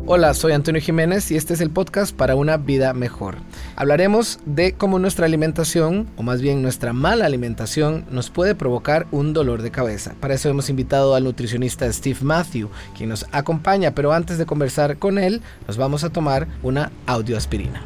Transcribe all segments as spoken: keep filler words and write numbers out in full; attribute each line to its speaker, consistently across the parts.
Speaker 1: Hola, soy Antonio Jiménez y este es el podcast para una vida mejor. Hablaremos de cómo nuestra alimentación, o más bien nuestra mala alimentación, nos puede provocar un dolor de cabeza. Para eso hemos invitado al nutricionista Steve Matthew, quien nos acompaña, pero antes de conversar con él, nos vamos a tomar una audioaspirina.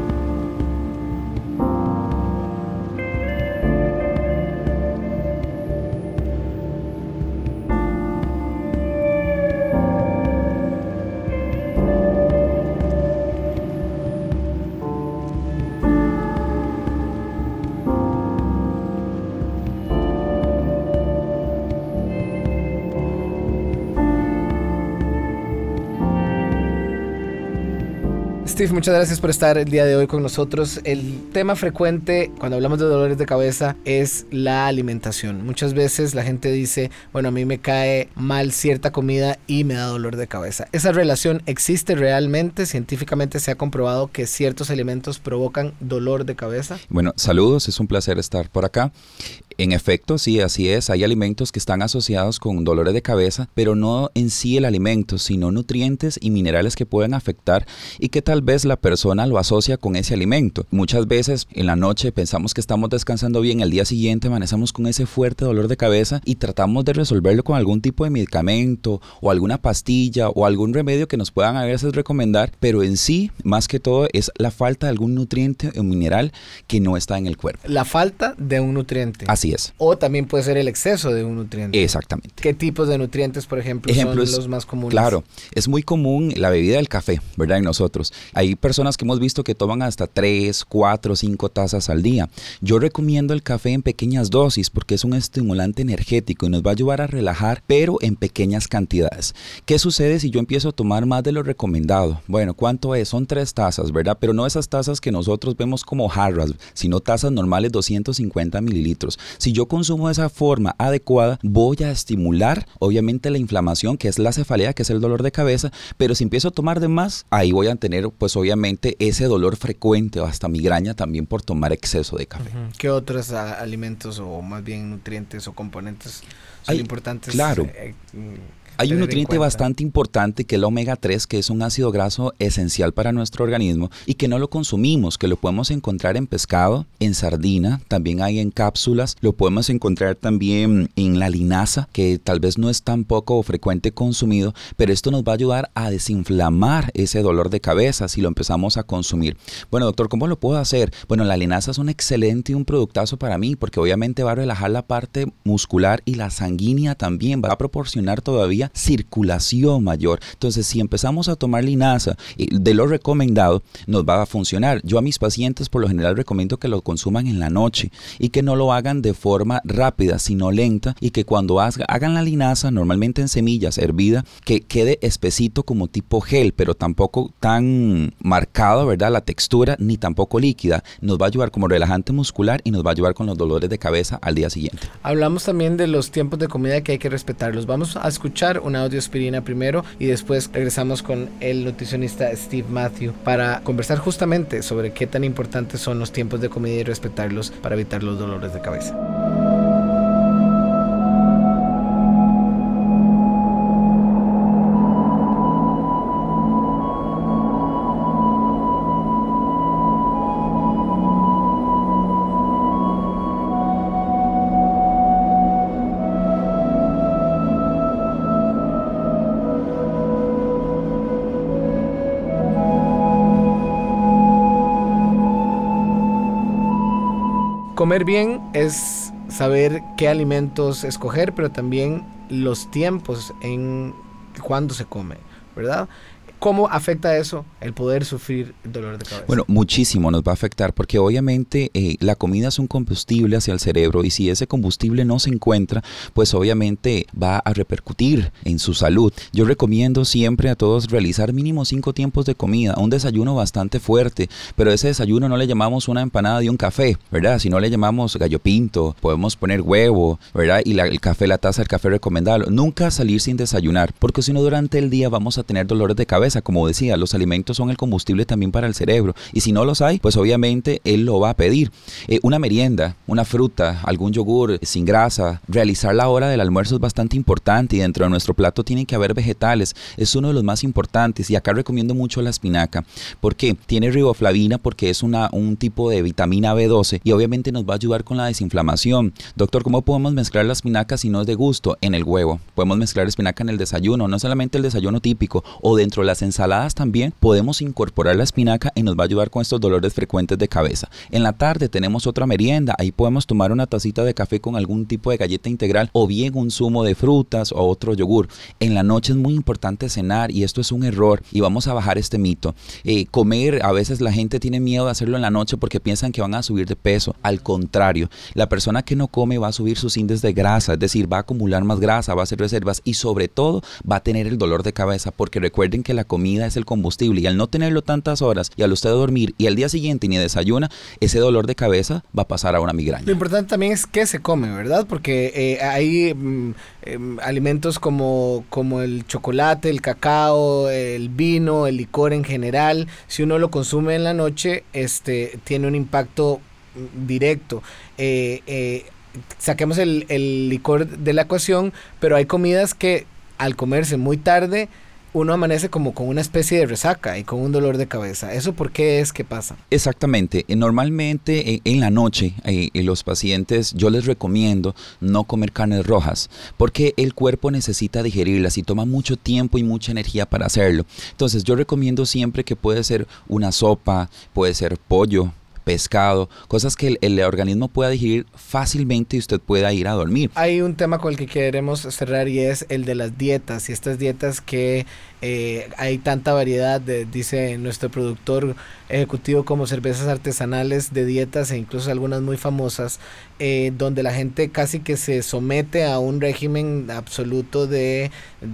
Speaker 1: Steve, muchas gracias por estar el día de hoy con nosotros. El tema frecuente cuando hablamos de dolores de cabeza es la alimentación. Muchas veces la gente dice, bueno, a mí me cae mal cierta comida y me da dolor de cabeza. ¿Esa relación existe realmente? ¿Científicamente se ha comprobado que ciertos alimentos provocan dolor de cabeza?
Speaker 2: Bueno, saludos, es un placer estar por acá. En efecto, sí, así es. Hay alimentos que están asociados con dolores de cabeza, pero no en sí el alimento, sino nutrientes y minerales que pueden afectar y que tal vez la persona lo asocia con ese alimento. Muchas veces en la noche pensamos que estamos descansando bien, al día siguiente amanecemos con ese fuerte dolor de cabeza y tratamos de resolverlo con algún tipo de medicamento o alguna pastilla o algún remedio que nos puedan a veces recomendar, pero en sí, más que todo, es la falta de algún nutriente o mineral que no está en el cuerpo.
Speaker 1: La falta de un nutriente.
Speaker 2: Así es.
Speaker 1: O también puede ser el exceso de un nutriente.
Speaker 2: Exactamente.
Speaker 1: ¿Qué tipos de nutrientes, por ejemplo,
Speaker 2: Ejemplos,
Speaker 1: son los más comunes?
Speaker 2: Claro, es muy común la bebida del café, ¿verdad? En nosotros. Hay personas que hemos visto que toman hasta tres, cuatro, cinco tazas al día. Yo recomiendo el café en pequeñas dosis porque es un estimulante energético y nos va a ayudar a relajar, pero en pequeñas cantidades. ¿Qué sucede si yo empiezo a tomar más de lo recomendado? Bueno, ¿cuánto es? Son tres tazas, ¿verdad? Pero no esas tazas que nosotros vemos como jarras, sino tazas normales, doscientos cincuenta mililitros. Si yo consumo de esa forma adecuada, voy a estimular, obviamente, la inflamación, que es la cefalea, que es el dolor de cabeza, pero si empiezo a tomar de más, ahí voy a tener, pues obviamente, ese dolor frecuente o hasta migraña también por tomar exceso de café.
Speaker 1: Uh-huh. ¿Qué otros a, alimentos o más bien nutrientes o componentes son
Speaker 2: Hay,
Speaker 1: importantes?
Speaker 2: Claro.
Speaker 1: Eh,
Speaker 2: Hay un nutriente bastante importante que es el omega tres, que es un ácido graso esencial para nuestro organismo y que no lo consumimos, que lo podemos encontrar en pescado, en sardina, también hay en cápsulas, lo podemos encontrar también en la linaza, que tal vez no es tan poco o frecuente consumido, pero esto nos va a ayudar a desinflamar ese dolor de cabeza si lo empezamos a consumir. Bueno, doctor, ¿cómo lo puedo hacer? Bueno, la linaza es un excelente y un productazo para mí porque obviamente va a relajar la parte muscular y la sanguínea también, va a proporcionar todavía circulación mayor. Entonces, si empezamos a tomar linaza de lo recomendado, nos va a funcionar. Yo a mis pacientes por lo general recomiendo que lo consuman en la noche y que no lo hagan de forma rápida, sino lenta, y que cuando hagan la linaza, normalmente en semillas, hervida, que quede espesito como tipo gel, pero tampoco tan marcado, ¿verdad? La textura, ni tampoco líquida. Nos va a ayudar como relajante muscular y nos va a ayudar con los dolores de cabeza al día siguiente.
Speaker 1: Hablamos también de los tiempos de comida que hay que respetarlos. Vamos a escuchar una audioaspirina primero y después regresamos con el nutricionista Steve Matthew para conversar justamente sobre qué tan importantes son los tiempos de comida y respetarlos para evitar los dolores de cabeza. Comer bien es saber qué alimentos escoger, pero también los tiempos en cuándo se come, ¿verdad? ¿Cómo afecta eso el poder sufrir dolor de cabeza?
Speaker 2: Bueno, muchísimo nos va a afectar porque obviamente eh, la comida es un combustible hacia el cerebro y si ese combustible no se encuentra, pues obviamente va a repercutir en su salud. Yo recomiendo siempre a todos realizar mínimo cinco tiempos de comida, un desayuno bastante fuerte, pero ese desayuno no le llamamos una empanada y un café, ¿verdad? Si no le llamamos gallo pinto, podemos poner huevo, ¿verdad? Y la, el café, la taza del café recomendable. Nunca salir sin desayunar, porque si no durante el día vamos a tener dolores de cabeza. cabeza. Como decía, los alimentos son el combustible también para el cerebro. Y si no los hay, pues obviamente él lo va a pedir. Eh, una merienda, una fruta, algún yogur sin grasa. Realizar la hora del almuerzo es bastante importante y dentro de nuestro plato tienen que haber vegetales. Es uno de los más importantes y acá recomiendo mucho la espinaca. ¿Por qué? Tiene riboflavina porque es una, un tipo de vitamina B doce y obviamente nos va a ayudar con la desinflamación. Doctor, ¿cómo podemos mezclar la espinaca si no es de gusto? En el huevo. Podemos mezclar espinaca en el desayuno, no solamente el desayuno típico, o dentro de las ensaladas también podemos incorporar la espinaca y nos va a ayudar con estos dolores frecuentes de cabeza. En la tarde tenemos otra merienda, ahí podemos tomar una tacita de café con algún tipo de galleta integral o bien un zumo de frutas o otro yogur. En la noche es muy importante cenar y esto es un error y vamos a bajar este mito. Eh, comer, a veces la gente tiene miedo de hacerlo en la noche porque piensan que van a subir de peso. Al contrario, la persona que no come va a subir sus índices de grasa, es decir, va a acumular más grasa, va a hacer reservas y sobre todo va a tener el dolor de cabeza porque recuerden que la comida es el combustible y al no tenerlo tantas horas y al usted dormir y al día siguiente ni desayuna, ese dolor de cabeza va a pasar a una migraña.
Speaker 1: Lo importante también es qué se come, ¿verdad? Porque eh, hay mm, eh, alimentos como, como el chocolate, el cacao, el vino, el licor en general. Si uno lo consume en la noche, este, tiene un impacto directo. Eh, eh, saquemos el, el licor de la ecuación, pero hay comidas que al comerse muy tarde uno amanece como con una especie de resaca y con un dolor de cabeza. ¿Eso por qué es que pasa?
Speaker 2: Exactamente. Normalmente eh, en la noche eh, los pacientes yo les recomiendo no comer carnes rojas porque el cuerpo necesita digerirlas y toma mucho tiempo y mucha energía para hacerlo. Entonces yo recomiendo siempre que puede ser una sopa, puede ser pollo, pescado, cosas que el, el organismo pueda digerir fácilmente y usted pueda ir a dormir.
Speaker 1: Hay un tema con el que queremos cerrar y es el de las dietas y estas dietas que eh, hay tanta variedad, de, dice nuestro productor ejecutivo, como cervezas artesanales de dietas e incluso algunas muy famosas, eh, donde la gente casi que se somete a un régimen absoluto de...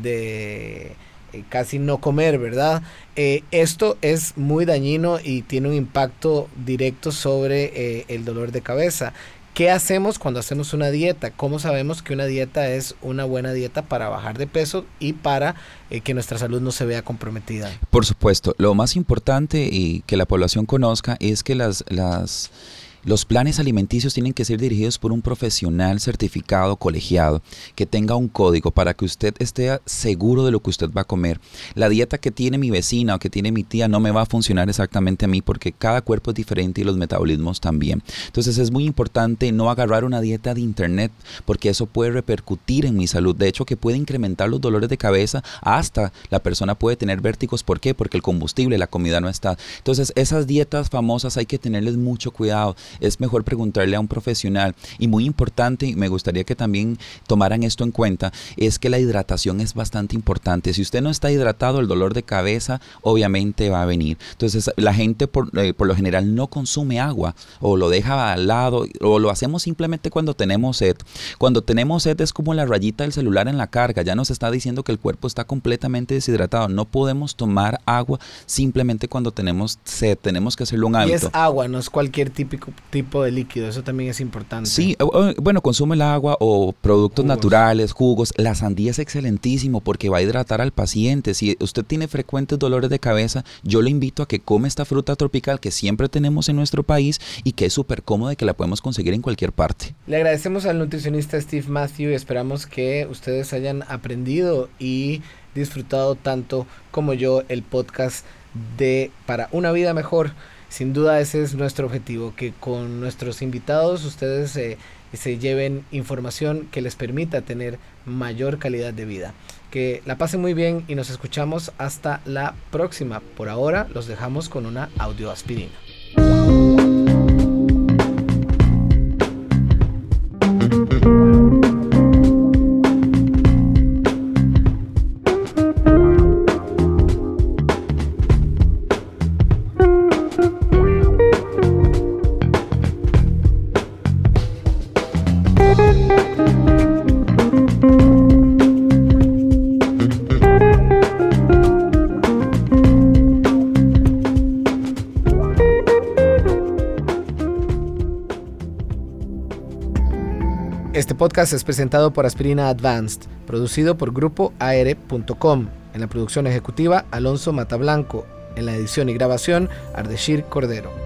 Speaker 1: de casi no comer, ¿verdad? Eh, esto es muy dañino y tiene un impacto directo sobre eh, el dolor de cabeza. ¿Qué hacemos cuando hacemos una dieta? ¿Cómo sabemos que una dieta es una buena dieta para bajar de peso y para eh, que nuestra salud no se vea comprometida?
Speaker 2: Por supuesto, lo más importante y que la población conozca es que las... las Los planes alimenticios tienen que ser dirigidos por un profesional certificado, colegiado, que tenga un código para que usted esté seguro de lo que usted va a comer. La dieta que tiene mi vecina o que tiene mi tía no me va a funcionar exactamente a mí porque cada cuerpo es diferente y los metabolismos también. Entonces es muy importante no agarrar una dieta de internet porque eso puede repercutir en mi salud. De hecho, que puede incrementar los dolores de cabeza, hasta la persona puede tener vértigos. ¿Por qué? Porque el combustible, la comida no está. Entonces esas dietas famosas hay que tenerles mucho cuidado. Es mejor preguntarle a un profesional. Y muy importante, me gustaría que también tomaran esto en cuenta, es que la hidratación es bastante importante. Si usted no está hidratado, el dolor de cabeza obviamente va a venir. Entonces la gente por, eh, por lo general no consume agua o lo deja al lado o lo hacemos simplemente cuando tenemos sed. Cuando tenemos sed es como la rayita del celular en la carga, ya nos está diciendo que el cuerpo está completamente deshidratado. No podemos tomar agua simplemente cuando tenemos sed, tenemos que hacerlo un hábito.
Speaker 1: Y es agua, no es cualquier típico tipo de líquido, eso también es importante.
Speaker 2: Sí, bueno, consume el agua o productos jugos naturales, jugos. La sandía es excelentísimo porque va a hidratar al paciente. Si usted tiene frecuentes dolores de cabeza, yo le invito a que come esta fruta tropical que siempre tenemos en nuestro país y que es súper cómoda y que la podemos conseguir en cualquier parte.
Speaker 1: Le agradecemos al nutricionista Steve Matthew y esperamos que ustedes hayan aprendido y disfrutado tanto como yo el podcast de Para una Vida Mejor. Sin duda ese es nuestro objetivo, que con nuestros invitados ustedes eh, se lleven información que les permita tener mayor calidad de vida. Que la pasen muy bien y nos escuchamos hasta la próxima. Por ahora los dejamos con una audioaspirina. Este podcast es presentado por Aspirina Advanced, producido por grupo A R punto com. En la producción ejecutiva, Alonso Matablanco. En la edición y grabación, Ardeshir Cordero.